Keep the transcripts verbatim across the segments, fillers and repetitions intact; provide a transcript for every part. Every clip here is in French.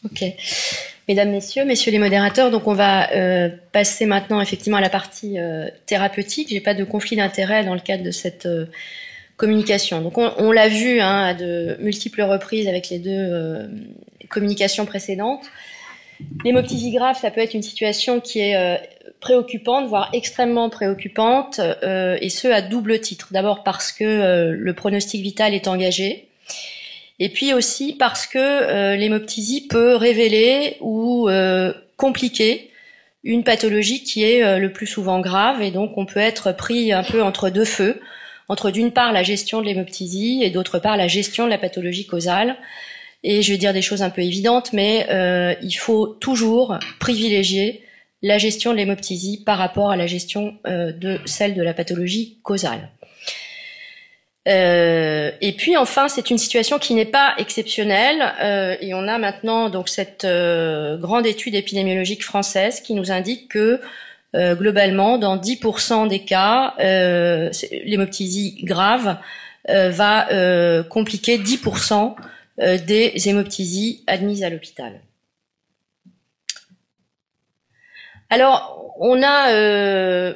Ok. Mesdames, Messieurs, Messieurs les modérateurs, donc on va euh, passer maintenant effectivement à la partie euh, thérapeutique. J'ai pas de conflit d'intérêt dans le cadre de cette euh, communication. Donc on, on l'a vu hein, à de multiples reprises avec les deux euh, communications précédentes. L'hémoptysie grave, ça peut être une situation qui est euh, préoccupante, voire extrêmement préoccupante, euh, et ce à double titre. D'abord parce que euh, le pronostic vital est engagé, et puis aussi parce que euh, l'hémoptysie peut révéler ou euh, compliquer une pathologie qui est euh, le plus souvent grave, et donc on peut être pris un peu entre deux feux, entre d'une part la gestion de l'hémoptysie et d'autre part la gestion de la pathologie causale. Et je vais dire des choses un peu évidentes, mais euh, il faut toujours privilégier la gestion de l'hémoptysie par rapport à la gestion euh, de celle de la pathologie causale. Euh, et puis enfin, c'est une situation qui n'est pas exceptionnelle, euh, et on a maintenant donc cette euh, grande étude épidémiologique française qui nous indique que euh, globalement, dans dix pour cent des cas, euh, l'hémoptysie grave euh, va euh, compliquer dix pour cent euh, des hémoptysies admises à l'hôpital. Alors, on a euh,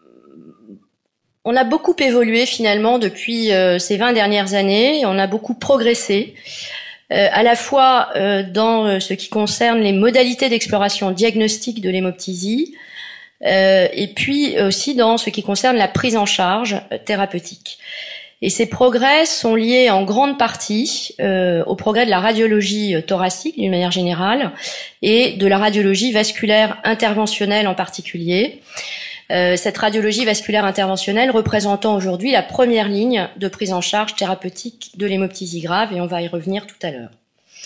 On a beaucoup évolué finalement depuis euh, ces vingt dernières années, on a beaucoup progressé, euh, à la fois euh, dans euh, ce qui concerne les modalités d'exploration diagnostique de l'hémoptysie, euh, et puis aussi dans ce qui concerne la prise en charge euh, thérapeutique. Et ces progrès sont liés en grande partie euh, au progrès de la radiologie euh, thoracique d'une manière générale, et de la radiologie vasculaire interventionnelle en particulier. Euh, cette radiologie vasculaire interventionnelle représentant aujourd'hui la première ligne de prise en charge thérapeutique de l'hémoptysie grave, et on va y revenir tout à l'heure.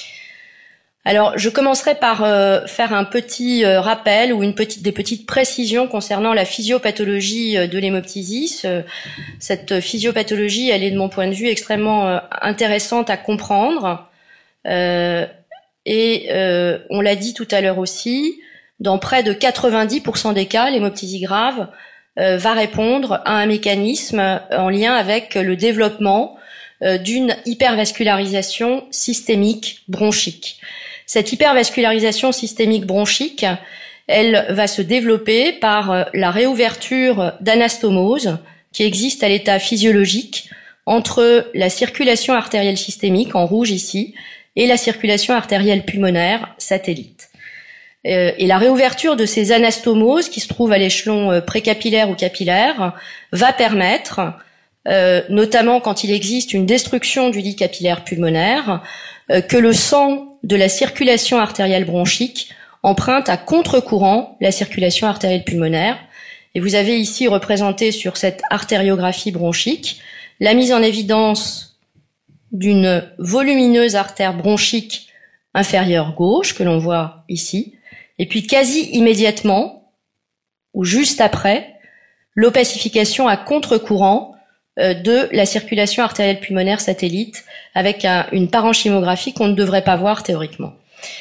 Alors, je commencerai par euh, faire un petit euh, rappel ou une petite, des petites précisions concernant la physiopathologie euh, de l'hémoptysie. Ce, cette physiopathologie, elle est de mon point de vue extrêmement euh, intéressante à comprendre. Euh, et euh, on l'a dit tout à l'heure aussi, dans près de quatre-vingt-dix pour cent des cas, l'hémoptysie grave euh, va répondre à un mécanisme en lien avec le développement euh, d'une hypervascularisation systémique bronchique. Cette hypervascularisation systémique bronchique, elle va se développer par la réouverture d'anastomoses qui existent à l'état physiologique entre la circulation artérielle systémique, en rouge ici, et la circulation artérielle pulmonaire satellite. Et la réouverture de ces anastomoses, qui se trouvent à l'échelon précapillaire ou capillaire, va permettre, euh, notamment quand il existe une destruction du lit capillaire pulmonaire, euh, que le sang de la circulation artérielle bronchique emprunte à contre-courant la circulation artérielle pulmonaire. Et vous avez ici représenté sur cette artériographie bronchique la mise en évidence d'une volumineuse artère bronchique inférieure gauche, que l'on voit ici, et puis quasi immédiatement, ou juste après, l'opacification à contre-courant euh, de la circulation artérielle pulmonaire satellite, avec un, une parenchymographie qu'on ne devrait pas voir théoriquement.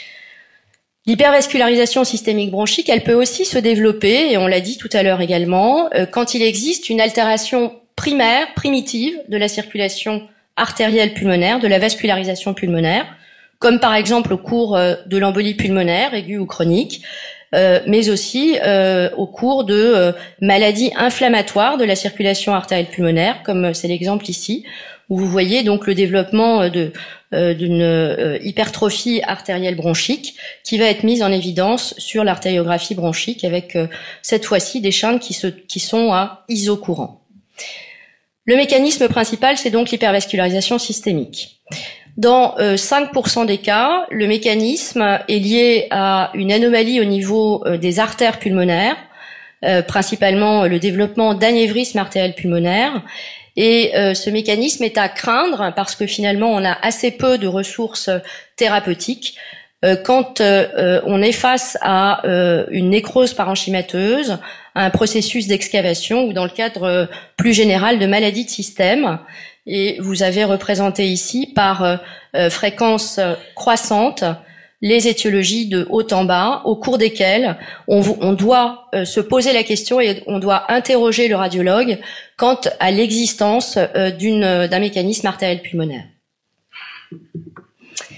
L'hypervascularisation systémique bronchique, elle peut aussi se développer, et on l'a dit tout à l'heure également, euh, quand il existe une altération primaire, primitive, de la circulation artérielle pulmonaire, de la vascularisation pulmonaire, comme par exemple au cours euh, de l'embolie pulmonaire, aiguë ou chronique, euh, mais aussi euh, au cours de euh, maladies inflammatoires de la circulation artérielle pulmonaire, comme c'est l'exemple ici, où vous voyez donc le développement de euh, d'une euh, hypertrophie artérielle bronchique qui va être mise en évidence sur l'artériographie bronchique avec euh, cette fois-ci des chaînes qui, se, qui sont à isocourant. Le mécanisme principal, c'est donc l'hypervascularisation systémique. Dans euh, cinq pour cent des cas, le mécanisme est lié à une anomalie au niveau euh, des artères pulmonaires, euh, principalement le développement d'anévrisme artériel pulmonaire. Et euh, ce mécanisme est à craindre parce que finalement on a assez peu de ressources thérapeutiques euh, quand euh, on est face à euh, une nécrose parenchymateuse, à un processus d'excavation ou dans le cadre euh, plus général de maladies de système. Et vous avez représenté ici par euh, euh, fréquence croissante les étiologies de haut en bas, au cours desquelles on, on doit euh, se poser la question et on doit interroger le radiologue quant à l'existence euh, d'une, d'un mécanisme artériel pulmonaire.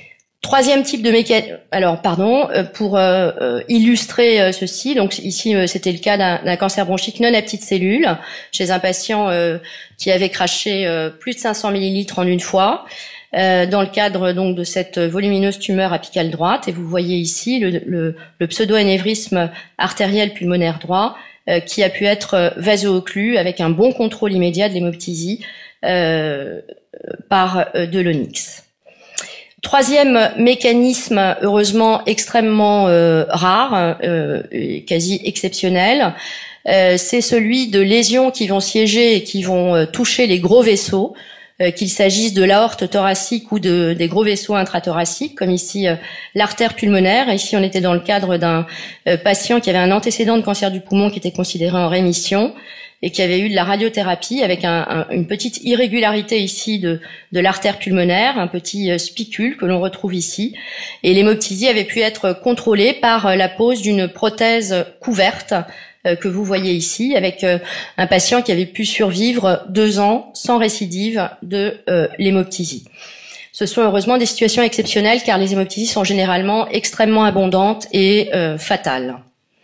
Troisième type de mécanisme, alors pardon, pour euh, euh, illustrer euh, ceci, donc ici euh, c'était le cas d'un, d'un cancer bronchique non à petites cellules chez un patient euh, qui avait craché euh, plus de cinq cents millilitres en une fois, euh, dans le cadre donc de cette volumineuse tumeur apicale droite. Et vous voyez ici le, le, le pseudo-anévrisme artériel pulmonaire droit euh, qui a pu être vaso-occlus avec un bon contrôle immédiat de l'hémoptysie euh, par euh, de l'Onyx. Troisième mécanisme, heureusement extrêmement euh, rare, euh, et quasi exceptionnel, euh, c'est celui de lésions qui vont siéger et qui vont euh, toucher les gros vaisseaux, euh, qu'il s'agisse de l'aorte thoracique ou de, des gros vaisseaux intrathoraciques, comme ici euh, l'artère pulmonaire. Ici, on était dans le cadre d'un euh, patient qui avait un antécédent de cancer du poumon qui était considéré en rémission, et qui avait eu de la radiothérapie avec un, un, une petite irrégularité ici de, de l'artère pulmonaire, un petit euh, spicule que l'on retrouve ici. Et l'hémoptysie avait pu être contrôlée par euh, la pose d'une prothèse couverte euh, que vous voyez ici, avec euh, un patient qui avait pu survivre deux ans sans récidive de euh, l'hémoptysie. Ce sont heureusement des situations exceptionnelles car les hémoptysies sont généralement extrêmement abondantes et euh, fatales.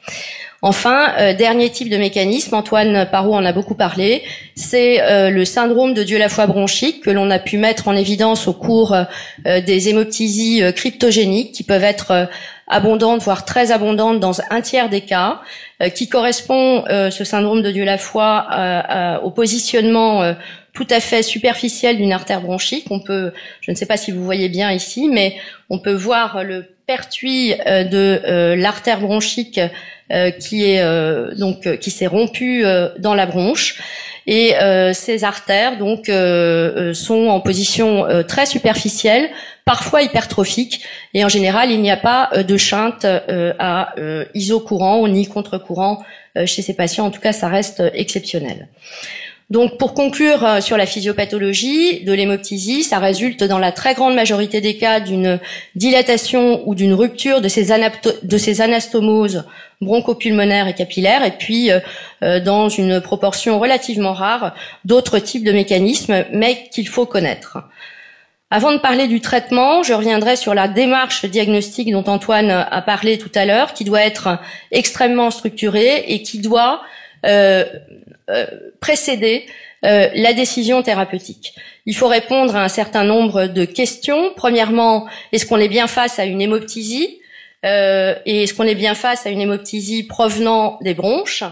Enfin, euh, dernier type de mécanisme, Antoine Parot en a beaucoup parlé, c'est euh, le syndrome de Dieu-la-foi bronchique que l'on a pu mettre en évidence au cours euh, des hémoptysies euh, cryptogéniques qui peuvent être euh, abondantes, voire très abondantes dans un tiers des cas, euh, qui correspond, euh, ce syndrome de Dieu-la-foi, euh, euh, au positionnement euh, tout à fait superficiel d'une artère bronchique. On peut, je ne sais pas si vous voyez bien ici, mais on peut voir le pertuis euh, de euh, l'artère bronchique Euh, qui est euh, donc euh, qui s'est rompu euh, dans la bronche, et euh, ces artères donc euh, sont en position euh, très superficielle, parfois hypertrophique, et en général il n'y a pas euh, de shunt euh, à euh, isocourant ni contre-courant euh, chez ces patients. En tout cas, ça reste euh, exceptionnel. Donc, pour conclure euh, sur la physiopathologie de l'hémoptysie, ça résulte dans la très grande majorité des cas d'une dilatation ou d'une rupture de ces, anapto- de ces anastomoses bronchopulmonaires et capillaires, et puis euh, euh, dans une proportion relativement rare d'autres types de mécanismes, mais qu'il faut connaître. Avant de parler du traitement, je reviendrai sur la démarche diagnostique dont Antoine a parlé tout à l'heure, qui doit être extrêmement structurée et qui doit euh, euh, précéder euh, la décision thérapeutique. Il faut répondre à un certain nombre de questions. Premièrement, est-ce qu'on est bien face à une hémoptysie euh, et est-ce qu'on est bien face à une hémoptysie provenant des bronches?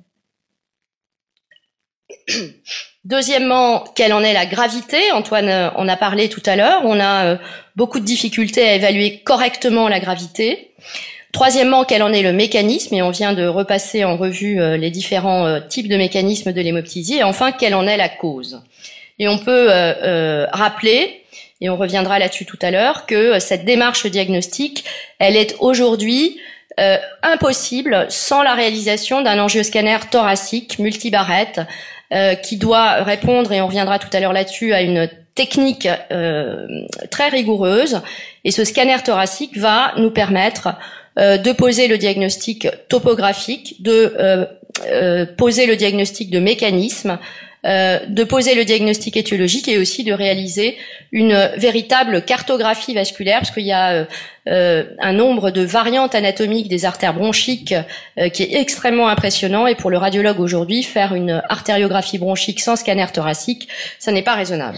Deuxièmement, quelle en est la gravité? Antoine en a parlé tout à l'heure. On a euh, beaucoup de difficultés à évaluer correctement la gravité. Troisièmement, quel en est le mécanisme? Et on vient de repasser en revue euh, les différents euh, types de mécanismes de l'hémoptysie. Et enfin, quelle en est la cause? Et on peut euh, euh, rappeler, et on reviendra là-dessus tout à l'heure, que euh, cette démarche diagnostique, elle est aujourd'hui euh, impossible sans la réalisation d'un angioscanner thoracique multibarrette, Euh, qui doit répondre, et on reviendra tout à l'heure là-dessus, à une technique euh, très rigoureuse. Et ce scanner thoracique va nous permettre euh, de poser le diagnostic topographique, de euh, euh, poser le diagnostic de mécanisme, euh, de poser le diagnostic étiologique, et aussi de réaliser une véritable cartographie vasculaire, parce qu'il y a euh, euh, un nombre de variantes anatomiques des artères bronchiques euh, qui est extrêmement impressionnant, et pour le radiologue aujourd'hui, faire une artériographie bronchique sans scanner thoracique, ça n'est pas raisonnable.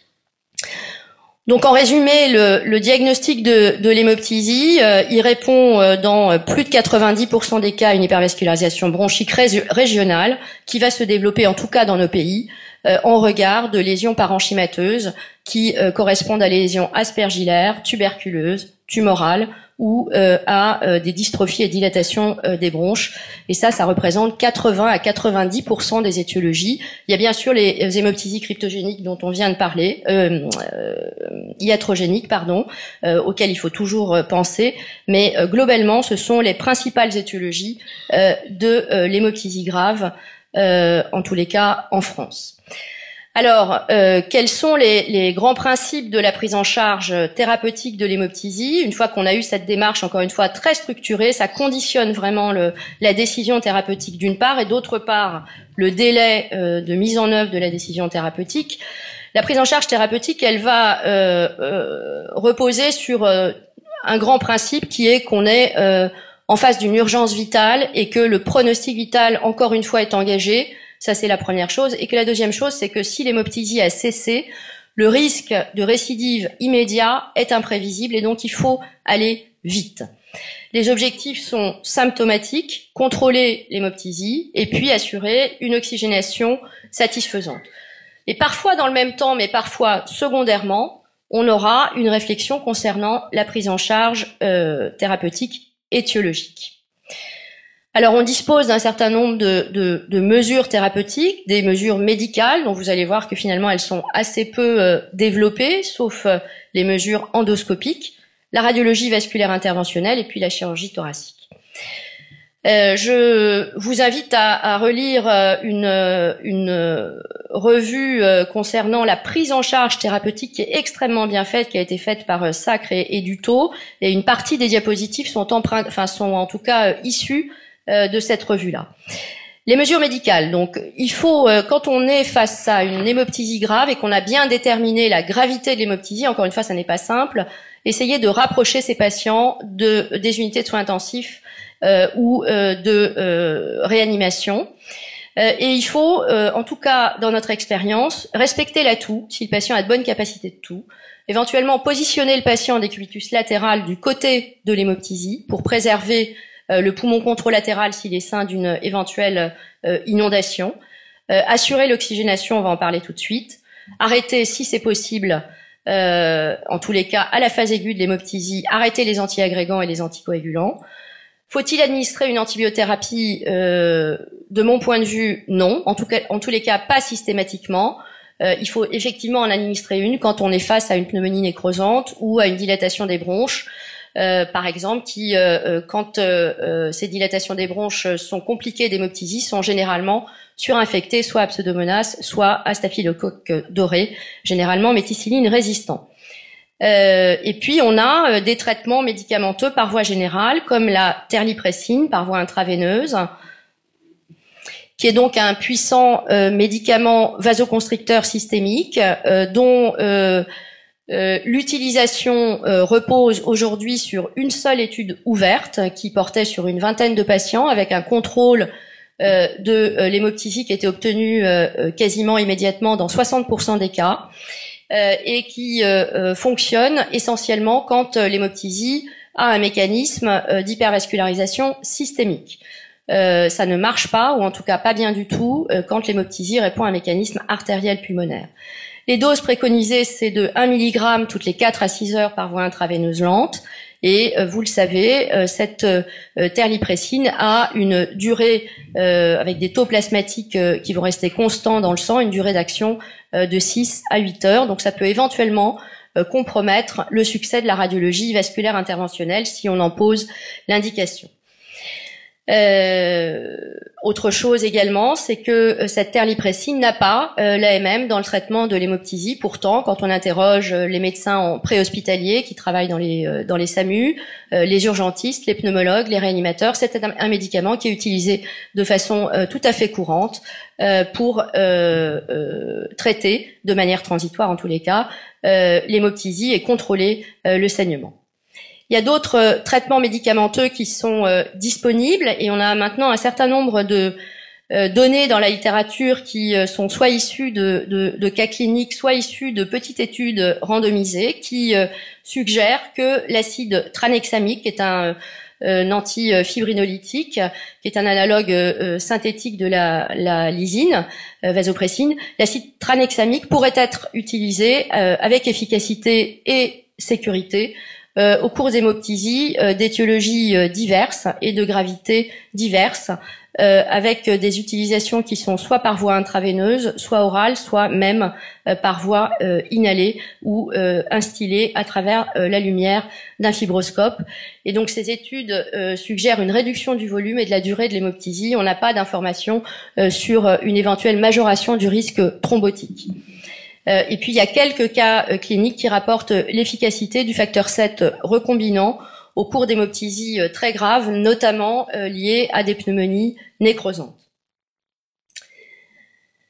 Donc en résumé, le, le diagnostic de, de l'hémoptysie, euh, il répond euh, dans plus de quatre-vingt-dix pour cent des cas à une hypervascularisation bronchique ré- régionale qui va se développer, en tout cas dans nos pays, euh, en regard de lésions parenchymateuses qui euh, correspondent à des lésions aspergillaires, tuberculeuses, tumorales ou euh, à euh, des dystrophies et dilatations euh, des bronches. Et ça, ça représente quatre-vingts à quatre-vingt-dix pour cent des étiologies. Il y a bien sûr les hémoptysies cryptogéniques dont on vient de parler, euh, euh, iatrogéniques, pardon, euh, auxquelles il faut toujours penser, mais euh, globalement, ce sont les principales étiologies euh, de euh, l'hémoptysie grave, euh, en tous les cas en France. Alors, euh, quels sont les, les grands principes de la prise en charge thérapeutique de l'hémoptysie? Une fois qu'on a eu cette démarche, encore une fois, très structurée, ça conditionne vraiment le, la décision thérapeutique d'une part, et d'autre part, le délai euh, de mise en œuvre de la décision thérapeutique. La prise en charge thérapeutique, elle va euh, euh, reposer sur euh, un grand principe qui est qu'on est euh, en face d'une urgence vitale et que le pronostic vital, encore une fois, est engagé. Ça, c'est la première chose. Et que la deuxième chose, c'est que si l'hémoptysie a cessé, le risque de récidive immédiat est imprévisible et donc il faut aller vite. Les objectifs sont symptomatiques, contrôler l'hémoptysie et puis assurer une oxygénation satisfaisante. Et parfois dans le même temps, mais parfois secondairement, on aura une réflexion concernant la prise en charge euh, thérapeutique étiologique. Alors on dispose d'un certain nombre de, de, de mesures thérapeutiques, des mesures médicales, dont vous allez voir que finalement elles sont assez peu euh, développées, sauf euh, les mesures endoscopiques, la radiologie vasculaire interventionnelle et puis la chirurgie thoracique. Euh, je vous invite à, à relire euh, une, une euh, revue euh, concernant la prise en charge thérapeutique qui est extrêmement bien faite, qui a été faite par euh, Sacre et, et Dutot, et une partie des diapositives sont empreintes, enfin sont en tout cas euh, issues euh, de cette revue-là. Les mesures médicales. Donc, il faut, euh, quand on est face à une hémoptysie grave et qu'on a bien déterminé la gravité de l'hémoptysie, encore une fois, ça n'est pas simple, essayer de rapprocher ces patients de des unités de soins intensifs Euh, ou euh, de euh, réanimation. Euh, et il faut, euh, en tout cas dans notre expérience, respecter la toux, si le patient a de bonnes capacités de toux, éventuellement positionner le patient en décubitus latéral du côté de l'hémoptysie pour préserver euh, le poumon contralatéral s'il est sain d'une éventuelle euh, inondation, euh, assurer l'oxygénation, on va en parler tout de suite, arrêter si c'est possible, euh, en tous les cas à la phase aiguë de l'hémoptysie, arrêter les antiagrégants et les anticoagulants. Faut-il administrer une antibiothérapie? euh, De mon point de vue, non. En tout cas, en tous les cas, pas systématiquement. Euh, il faut effectivement en administrer une quand on est face à une pneumonie nécrosante ou à une dilatation des bronches, euh, par exemple, qui, euh, quand euh, euh, ces dilatations des bronches sont compliquées d'hémoptysie, sont généralement surinfectées, soit à Pseudomonas, soit à Staphylocoque doré, généralement méticilline résistant. Euh, et puis on a euh, des traitements médicamenteux par voie générale, comme la terlipressine par voie intraveineuse, qui est donc un puissant euh, médicament vasoconstricteur systémique, euh, dont euh, euh, l'utilisation euh, repose aujourd'hui sur une seule étude ouverte qui portait sur une vingtaine de patients avec un contrôle euh, de euh, l'hémoptysie qui était obtenu euh, quasiment immédiatement dans soixante pour cent des cas. Euh, et qui euh, euh, fonctionne essentiellement quand euh, l'hémoptysie a un mécanisme euh, d'hypervascularisation systémique. Euh, ça ne marche pas, ou en tout cas pas bien du tout, euh, quand l'hémoptysie répond à un mécanisme artériel pulmonaire. Les doses préconisées, c'est de un milligramme toutes les quatre à six heures par voie intraveineuse lente. Et euh, vous le savez, euh, cette euh, terlipressine a une durée, euh, avec des taux plasmatiques euh, qui vont rester constants dans le sang, une durée d'action euh, de six à huit heures. Donc ça peut éventuellement euh, compromettre le succès de la radiologie vasculaire interventionnelle si on en pose l'indication. Euh, autre chose également, c'est que euh, cette terlipressine n'a pas euh, l'A M M dans le traitement de l'hémoptysie. Pourtant, quand on interroge euh, les médecins en préhospitalier qui travaillent dans les euh, dans les SAMU, euh, les urgentistes, les pneumologues, les réanimateurs, c'est un, un médicament qui est utilisé de façon euh, tout à fait courante euh, pour euh, euh, traiter de manière transitoire en tous les cas euh, l'hémoptysie et contrôler euh, le saignement. Il y a d'autres euh, traitements médicamenteux qui sont euh, disponibles et on a maintenant un certain nombre de euh, données dans la littérature qui euh, sont soit issues de, de, de cas cliniques, soit issues de petites études randomisées qui euh, suggèrent que l'acide tranexamique, qui est un, euh, un antifibrinolytique, qui est un analogue euh, synthétique de la, la lysine, euh, vasopressine, l'acide tranexamique pourrait être utilisé euh, avec efficacité et sécurité Euh, au cours d'hémoptysies euh, d'étiologies euh, diverses et de gravité diverses, euh, avec des utilisations qui sont soit par voie intraveineuse, soit orale, soit même euh, par voie euh, inhalée ou euh, instillée à travers euh, la lumière d'un fibroscope. Et donc ces études euh, suggèrent une réduction du volume et de la durée de l'hémoptysie. On n'a pas d'informations euh, sur une éventuelle majoration du risque thrombotique. Euh, et puis il y a quelques cas euh, cliniques qui rapportent euh, l'efficacité du facteur sept euh, recombinant au cours d'hémoptysies euh, très graves, notamment euh, liées à des pneumonies nécrosantes.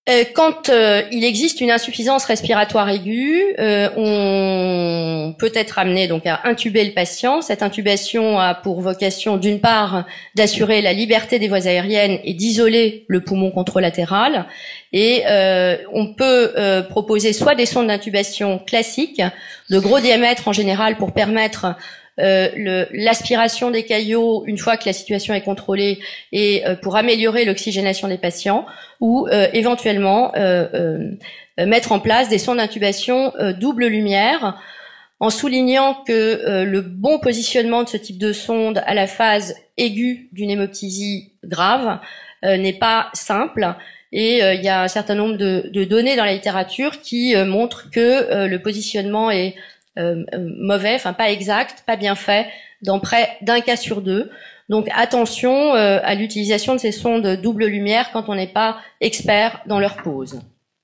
Euh, quand euh, il existe une insuffisance respiratoire aiguë, euh, on peut être amené donc à intuber le patient. Cette intubation a pour vocation, d'une part, d'assurer la liberté des voies aériennes et d'isoler le poumon contralatéral. Et euh, on peut euh, proposer soit des sondes d'intubation classiques, de gros diamètre en général, pour permettre Euh, le, l'aspiration des caillots une fois que la situation est contrôlée et euh, pour améliorer l'oxygénation des patients, ou euh, éventuellement euh, euh, mettre en place des sondes d'intubation euh, double lumière, en soulignant que euh, le bon positionnement de ce type de sonde à la phase aiguë d'une hémoptysie grave euh, n'est pas simple. Et euh, il y a un certain nombre de, de données dans la littérature qui euh, montrent que euh, le positionnement est Euh, mauvais, enfin pas exact, pas bien fait, dans près d'un cas sur deux. Donc attention euh, à l'utilisation de ces sondes double lumière quand on n'est pas expert dans leur pose.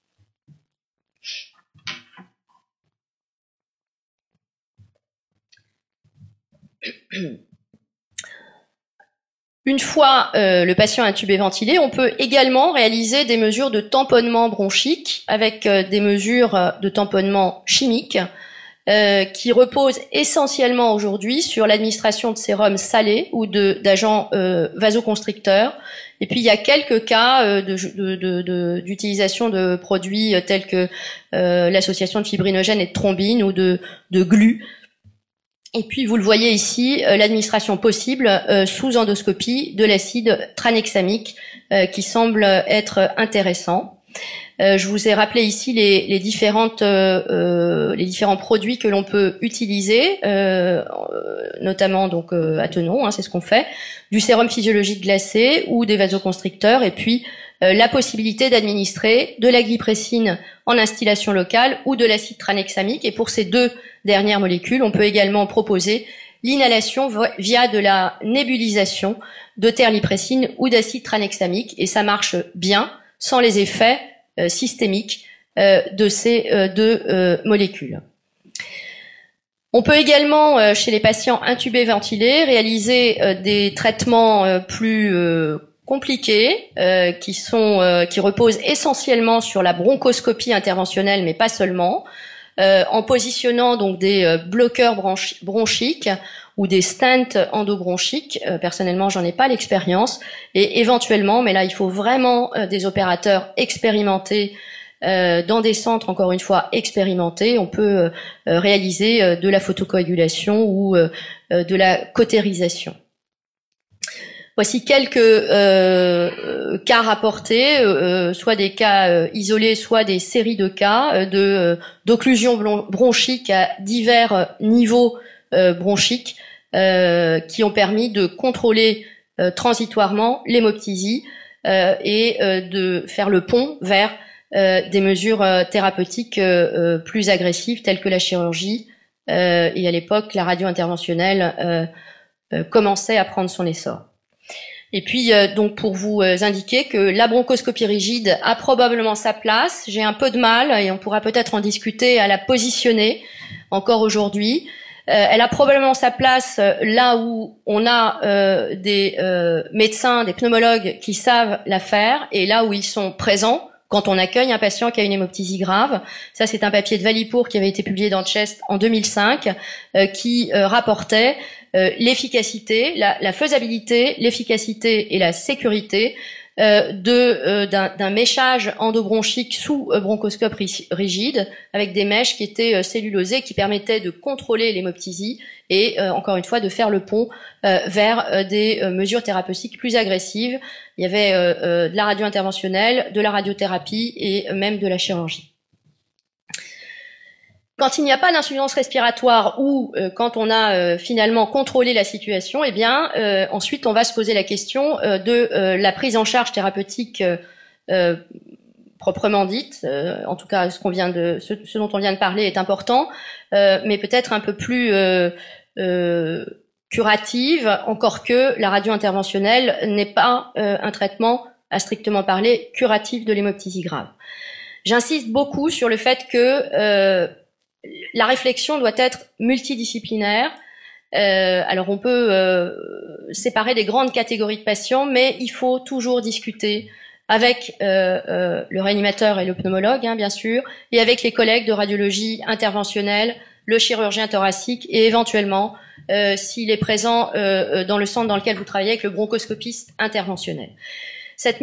Une fois euh, le patient intubé ventilé, on peut également réaliser des mesures de tamponnement bronchique avec euh, des mesures de tamponnement chimique. Euh, qui repose essentiellement aujourd'hui sur l'administration de sérum salé ou de, d'agents euh, vasoconstricteurs. Et puis il y a quelques cas euh, de, de, de, de, d'utilisation de produits tels que euh, l'association de fibrinogène et de thrombine ou de, de glu. Et puis vous le voyez ici, euh, l'administration possible euh, sous endoscopie de l'acide tranexamique euh, qui semble être intéressant. Euh, je vous ai rappelé ici les, les différentes, euh, les différents produits que l'on peut utiliser, euh, notamment donc euh, Attenon, hein, c'est ce qu'on fait, du sérum physiologique glacé ou des vasoconstricteurs, et puis euh, la possibilité d'administrer de la glypressine en instillation locale ou de l'acide tranexamique. Et pour ces deux dernières molécules, on peut également proposer l'inhalation via de la nébulisation de terlipressine ou d'acide tranexamique, et ça marche bien sans les effets euh, systémiques euh, de ces euh, deux euh, molécules. On peut également, euh, chez les patients intubés ventilés, réaliser euh, des traitements euh, plus euh, compliqués, euh, qui sont, euh, qui reposent essentiellement sur la bronchoscopie interventionnelle, mais pas seulement, euh, en positionnant donc des euh, bloqueurs bronchi- bronchiques ou des stents endobronchiques. Euh, personnellement, j'en ai pas l'expérience. Et éventuellement, mais là, il faut vraiment euh, des opérateurs expérimentés euh, dans des centres, encore une fois, expérimentés. On peut euh, réaliser euh, de la photocoagulation ou euh, euh, de la cautérisation. Voici quelques euh, cas rapportés, euh, soit des cas euh, isolés, soit des séries de cas euh, de euh, d'occlusion bronchique à divers niveaux euh, bronchiques euh, qui ont permis de contrôler euh, transitoirement l'hémoptysie euh, et euh, de faire le pont vers euh, des mesures euh, thérapeutiques euh, plus agressives telles que la chirurgie euh, et à l'époque la radio interventionnelle euh, euh, commençait à prendre son essor. Et puis, euh, donc, pour vous euh, indiquer que la bronchoscopie rigide a probablement sa place. J'ai un peu de mal, et on pourra peut-être en discuter, à la positionner encore aujourd'hui. Euh, elle a probablement sa place euh, là où on a euh, des euh, médecins, des pneumologues qui savent la faire, et là où ils sont présents quand on accueille un patient qui a une hémoptysie grave. Ça, c'est un papier de Valipour qui avait été publié dans Chest en deux mille cinq, euh, qui euh, rapportait Euh, l'efficacité, la, la faisabilité, l'efficacité et la sécurité euh, de euh, d'un, d'un méchage endobronchique sous euh, bronchoscope ri- rigide avec des mèches qui étaient euh, cellulosées qui permettaient de contrôler l'hémoptysie et euh, encore une fois de faire le pont euh, vers euh, des euh, mesures thérapeutiques plus agressives. Il y avait euh, euh, de la radio interventionnelle, de la radiothérapie et euh, même de la chirurgie. Quand il n'y a pas d'insuffisance respiratoire ou euh, quand on a euh, finalement contrôlé la situation, eh bien euh, ensuite on va se poser la question euh, de euh, la prise en charge thérapeutique euh, euh, proprement dite. Euh, en tout cas, ce qu'on vient de, ce, ce dont on vient de parler est important, euh, mais peut-être un peu plus euh, euh, curative, encore que la radio interventionnelle n'est pas euh, un traitement à strictement parler curatif de l'hémoptysie grave. J'insiste beaucoup sur le fait que euh, la réflexion doit être multidisciplinaire. Euh, alors on peut euh, séparer des grandes catégories de patients, mais il faut toujours discuter avec euh, euh, le réanimateur et le pneumologue, hein, bien sûr, et avec les collègues de radiologie interventionnelle, le chirurgien thoracique et éventuellement, euh, s'il est présent euh, dans le centre dans lequel vous travaillez, avec le bronchoscopiste interventionnel. Cette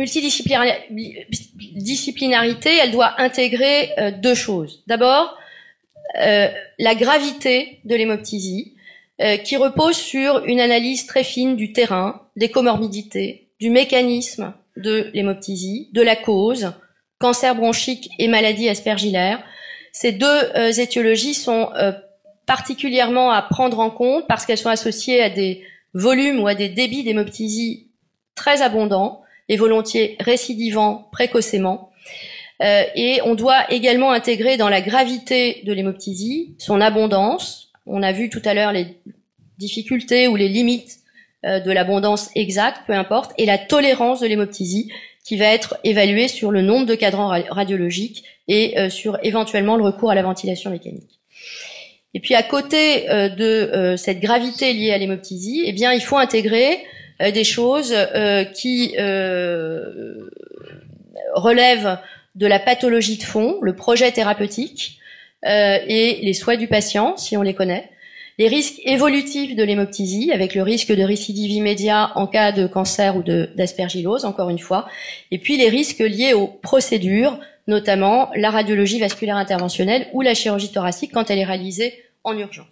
multidisciplinarité, elle doit intégrer euh, deux choses. D'abord, euh, la gravité de l'hémoptysie, euh, qui repose sur une analyse très fine du terrain, des comorbidités, du mécanisme de l'hémoptysie, de la cause, cancer bronchique et maladie aspergillaire. Ces deux euh, étiologies sont euh, particulièrement à prendre en compte parce qu'elles sont associées à des volumes ou à des débits d'hémoptysie très abondants et volontiers récidivants précocement. Euh, et on doit également intégrer dans la gravité de l'hémoptysie son abondance. On a vu tout à l'heure les difficultés ou les limites euh, de l'abondance exacte, peu importe, et la tolérance de l'hémoptysie qui va être évaluée sur le nombre de cadrans radiologiques et euh, sur éventuellement le recours à la ventilation mécanique. Et puis à côté euh, de euh, cette gravité liée à l'hémoptysie, eh bien il faut intégrer euh, des choses euh, qui euh, relèvent de la pathologie de fond, le projet thérapeutique euh, et les souhaits du patient, si on les connaît, les risques évolutifs de l'hémoptysie, avec le risque de récidive immédiat en cas de cancer ou de, d'aspergillose, encore une fois, et puis les risques liés aux procédures, notamment la radiologie vasculaire interventionnelle ou la chirurgie thoracique quand elle est réalisée en urgence.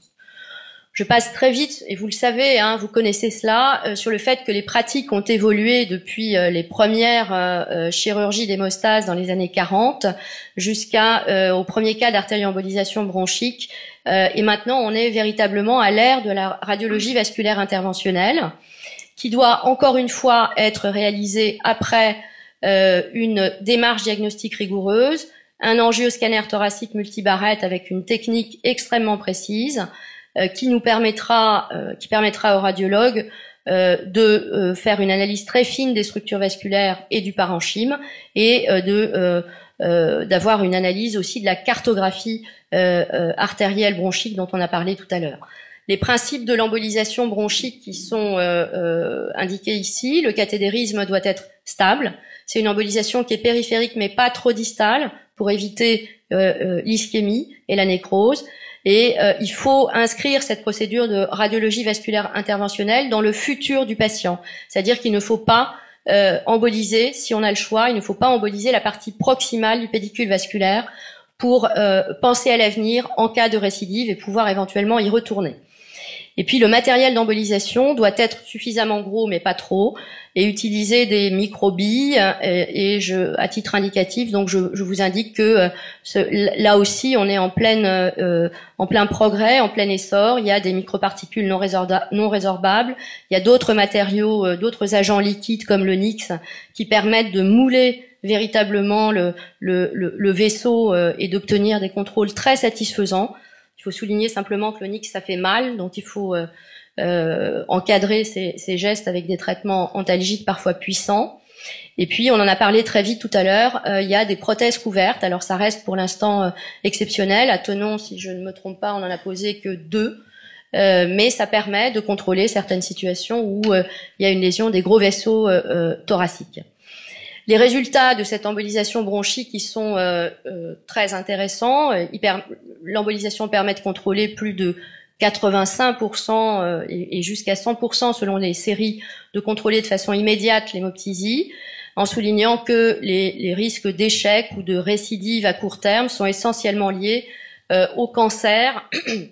Je passe très vite, et vous le savez, hein, vous connaissez cela, euh, sur le fait que les pratiques ont évolué depuis euh, les premières euh, chirurgies d'hémostase dans les années quarante jusqu'à euh, au premier cas d'artérioembolisation bronchique. Euh, et maintenant, on est véritablement à l'ère de la radiologie vasculaire interventionnelle, qui doit encore une fois être réalisée après euh, une démarche diagnostique rigoureuse, un angioscanner thoracique multibarrette avec une technique extrêmement précise, Euh, qui nous permettra, euh, qui permettra aux radiologues euh, de euh, faire une analyse très fine des structures vasculaires et du parenchyme et euh, de euh, euh, d'avoir une analyse aussi de la cartographie euh, euh, artérielle bronchique dont on a parlé tout à l'heure. Les principes de l'embolisation bronchique qui sont euh, euh, indiqués ici, le cathétérisme doit être stable. C'est une embolisation qui est périphérique mais pas trop distale pour éviter euh, euh, l'ischémie et la nécrose. Et euh, il faut inscrire cette procédure de radiologie vasculaire interventionnelle dans le futur du patient. C'est-à-dire qu'il ne faut pas euh, emboliser, si on a le choix, il ne faut pas emboliser la partie proximale du pédicule vasculaire pour euh, penser à l'avenir en cas de récidive et pouvoir éventuellement y retourner. Et puis le matériel d'embolisation doit être suffisamment gros mais pas trop et utiliser des microbilles et, et je, à titre indicatif, donc je, je vous indique que euh, ce, là aussi on est en pleine, euh, en plein progrès, en plein essor. Il y a des microparticules non, résorba, non résorbables, il y a d'autres matériaux, euh, d'autres agents liquides comme le N I X qui permettent de mouler véritablement le, le, le, le vaisseau euh, et d'obtenir des contrôles très satisfaisants. Il faut souligner simplement que le N I X, ça fait mal, donc il faut euh, euh, encadrer ces, ces gestes avec des traitements antalgiques parfois puissants. Et puis, on en a parlé très vite tout à l'heure, euh, il y a des prothèses couvertes. Alors, ça reste pour l'instant euh, exceptionnel. À Thonon, si je ne me trompe pas, on en a posé que deux. Euh, mais ça permet de contrôler certaines situations où euh, il y a une lésion des gros vaisseaux euh, euh, thoraciques. Les résultats de cette embolisation bronchique qui sont euh, euh, très intéressants. L'embolisation permet de contrôler plus de quatre-vingt-cinq pour cent euh, et, et jusqu'à cent pour cent selon les séries, de contrôler de façon immédiate l'hémoptysie, en soulignant que les, les risques d'échec ou de récidive à court terme sont essentiellement liés euh, au cancer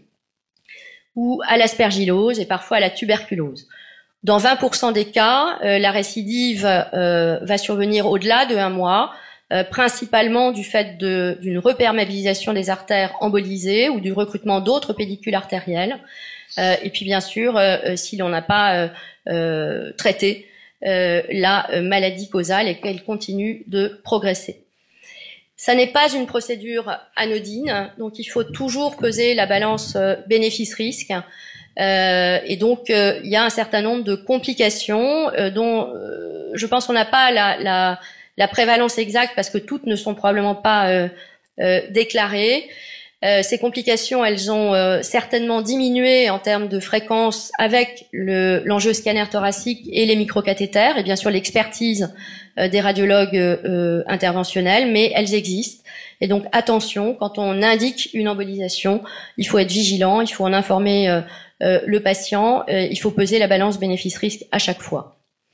ou à l'aspergillose et parfois à la tuberculose. Dans vingt pour cent des cas, euh, la récidive euh, va survenir au-delà de un mois, euh, principalement du fait de, d'une reperméabilisation des artères embolisées ou du recrutement d'autres pédicules artérielles. Euh, et puis bien sûr, euh, si l'on n'a pas euh, euh, traité euh, la euh, maladie causale et qu'elle continue de progresser. Ça n'est pas une procédure anodine, donc il faut toujours peser la balance euh, bénéfice-risque. Euh, et donc, euh, il y a un certain nombre de complications euh, dont euh, je pense qu'on n'a pas la, la, la prévalence exacte parce que toutes ne sont probablement pas euh, euh, déclarées. Euh, ces complications, elles ont euh, certainement diminué en termes de fréquence avec le, l'enjeu scanner thoracique et les microcathéters, et bien sûr l'expertise euh, des radiologues euh, interventionnels, mais elles existent. Et donc attention, quand on indique une embolisation, il faut être vigilant, il faut en informer euh, euh, le patient, euh, il faut peser la balance bénéfice-risque à chaque fois.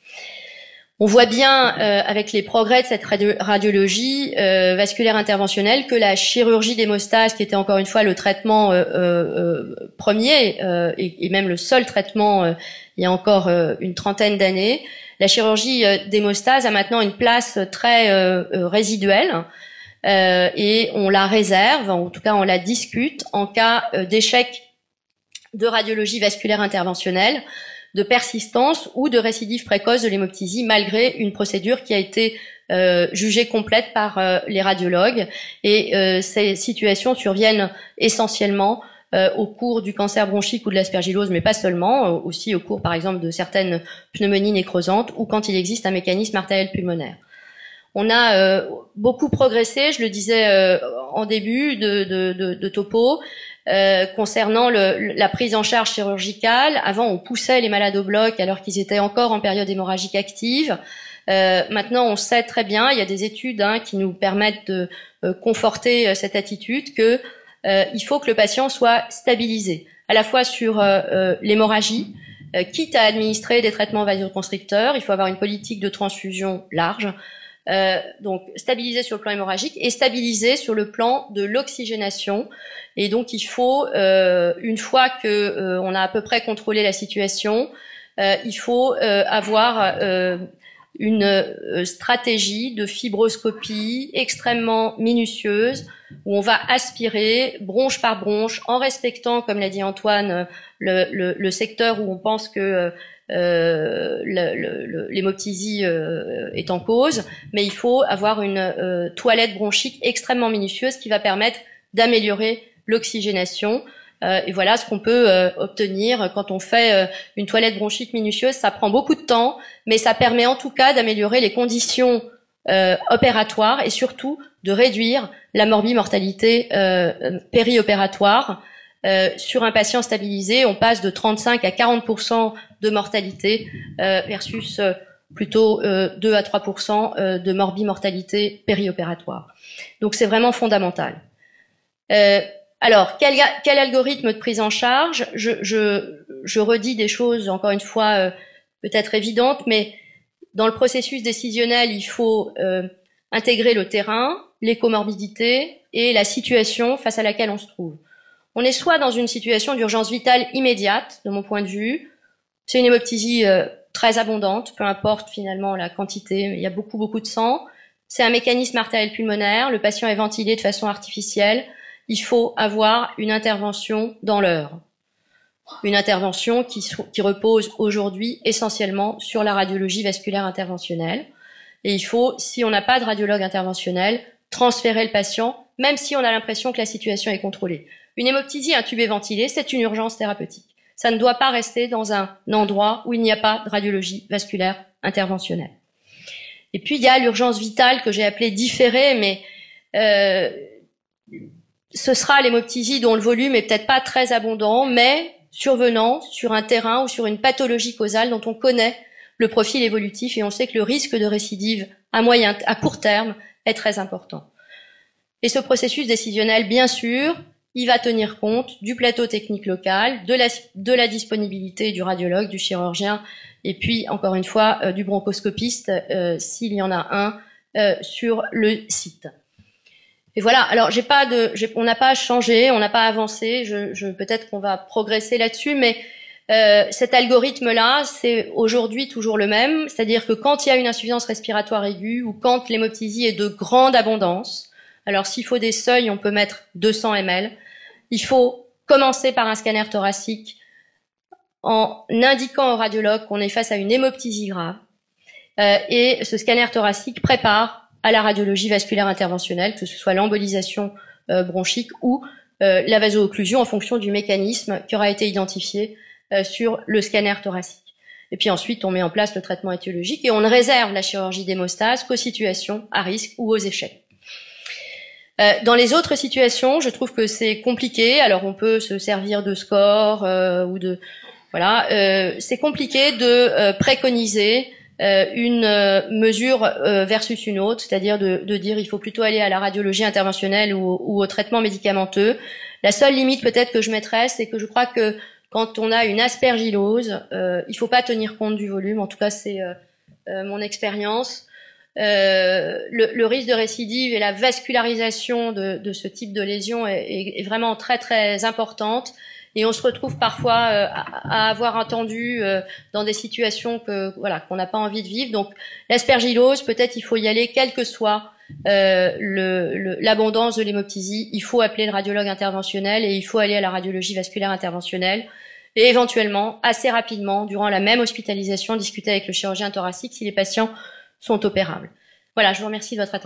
On voit bien, euh, avec les progrès de cette radio- radiologie euh, vasculaire interventionnelle, que la chirurgie d'hémostase, qui était encore une fois le traitement euh, euh, premier euh, et, et même le seul traitement euh, il y a encore euh, une trentaine d'années, la chirurgie euh, d'hémostase a maintenant une place très euh, euh, résiduelle euh, et on la réserve, en tout cas on la discute en cas euh, d'échec de radiologie vasculaire interventionnelle, de persistance ou de récidive précoce de l'hémoptysie malgré une procédure qui a été euh, jugée complète par euh, les radiologues. Et euh, ces situations surviennent essentiellement euh, au cours du cancer bronchique ou de l'aspergillose, mais pas seulement, euh, aussi au cours par exemple de certaines pneumonies nécrosantes ou quand il existe un mécanisme artériel pulmonaire. On a euh, beaucoup progressé, je le disais euh, en début de, de, de, de topo, Euh, concernant le, la prise en charge chirurgicale. Avant, on poussait les malades au bloc alors qu'ils étaient encore en période hémorragique active. Euh, maintenant, on sait très bien, il y a des études hein, qui nous permettent de euh, conforter euh, cette attitude que euh, il faut que le patient soit stabilisé, à la fois sur euh, euh, l'hémorragie, euh, quitte à administrer des traitements vasoconstricteurs. Il faut avoir une politique de transfusion large. Euh, donc stabilisé sur le plan hémorragique et stabilisé sur le plan de l'oxygénation. Et donc il faut, euh, une fois que euh, on a à peu près contrôlé la situation, euh, il faut euh, avoir euh, une euh, stratégie de fibroscopie extrêmement minutieuse où on va aspirer bronche par bronche en respectant, comme l'a dit Antoine, le, le, le secteur où on pense que Euh, l'hémoptysie euh, est en cause, mais il faut avoir une euh, toilette bronchique extrêmement minutieuse qui va permettre d'améliorer l'oxygénation. Euh, et voilà ce qu'on peut euh, obtenir quand on fait euh, une toilette bronchique minutieuse. Ça prend beaucoup de temps, mais ça permet en tout cas d'améliorer les conditions euh, opératoires et surtout de réduire la morbimortalité euh, périopératoire. Euh, sur un patient stabilisé, on passe de trente-cinq à quarante pour cent de mortalité euh, versus euh, plutôt euh, deux à trois pour cent euh, de morbimortalité périopératoire. Donc c'est vraiment fondamental. Euh, alors, quel, quel algorithme de prise en charge? je, je, je redis des choses, encore une fois, euh, peut-être évidentes, mais dans le processus décisionnel, il faut euh, intégrer le terrain, les comorbidités et la situation face à laquelle on se trouve. On est soit dans une situation d'urgence vitale immédiate, de mon point de vue, c'est une hémoptysie euh, très abondante, peu importe finalement la quantité, mais il y a beaucoup beaucoup de sang, c'est un mécanisme artériel pulmonaire, le patient est ventilé de façon artificielle, il faut avoir une intervention dans l'heure. Une intervention qui, qui repose aujourd'hui essentiellement sur la radiologie vasculaire interventionnelle. Et il faut, si on n'a pas de radiologue interventionnel, transférer le patient, même si on a l'impression que la situation est contrôlée. Une hémoptysie intubée ventilée, c'est une urgence thérapeutique. Ça ne doit pas rester dans un endroit où il n'y a pas de radiologie vasculaire interventionnelle. Et puis, il y a l'urgence vitale que j'ai appelée différée, mais euh, ce sera l'hémoptysie dont le volume est peut-être pas très abondant, mais survenant sur un terrain ou sur une pathologie causale dont on connaît le profil évolutif et on sait que le risque de récidive à moyen, à court terme est très important. Et ce processus décisionnel, bien sûr, il va tenir compte du plateau technique local, de la, de la disponibilité du radiologue, du chirurgien, et puis, encore une fois, euh, du bronchoscopiste, euh, s'il y en a un, euh, sur le site. Et voilà, alors j'ai pas de, j'ai, on n'a pas changé, on n'a pas avancé, je, je, peut-être qu'on va progresser là-dessus, mais euh, cet algorithme-là, c'est aujourd'hui toujours le même, c'est-à-dire que quand il y a une insuffisance respiratoire aiguë ou quand l'hémoptysie est de grande abondance, alors s'il faut des seuils, on peut mettre deux cents millilitres. Il faut commencer par un scanner thoracique en indiquant au radiologue qu'on est face à une hémoptysie grave. Euh, et ce scanner thoracique prépare à la radiologie vasculaire interventionnelle, que ce soit l'embolisation euh, bronchique ou euh, la vaso-occlusion en fonction du mécanisme qui aura été identifié euh, sur le scanner thoracique. Et puis ensuite, on met en place le traitement étiologique et on ne réserve la chirurgie d'hémostase qu'aux situations à risque ou aux échecs. Euh, dans les autres situations, je trouve que c'est compliqué. Alors on peut se servir de score euh, ou de voilà, euh, c'est compliqué de euh, préconiser euh, une euh, mesure euh, versus une autre, c'est-à-dire de, de dire il faut plutôt aller à la radiologie interventionnelle ou, ou au traitement médicamenteux. La seule limite peut-être que je mettrais, c'est que je crois que quand on a une aspergillose, euh, il faut pas tenir compte du volume. En tout cas, c'est euh, euh, mon expérience. Euh, le, le risque de récidive et la vascularisation de, de ce type de lésion est, est, est vraiment très très importante. Et on se retrouve parfois euh, à, à avoir entendu euh, dans des situations que voilà qu'on n'a pas envie de vivre. Donc l'aspergillose, peut-être il faut y aller, quelle que soit euh, le, le, l'abondance de l'hémoptysie. Il faut appeler le radiologue interventionnel et il faut aller à la radiologie vasculaire interventionnelle. Et éventuellement, assez rapidement, durant la même hospitalisation, discuter avec le chirurgien thoracique si les patients sont opérables. Voilà, je vous remercie de votre attention.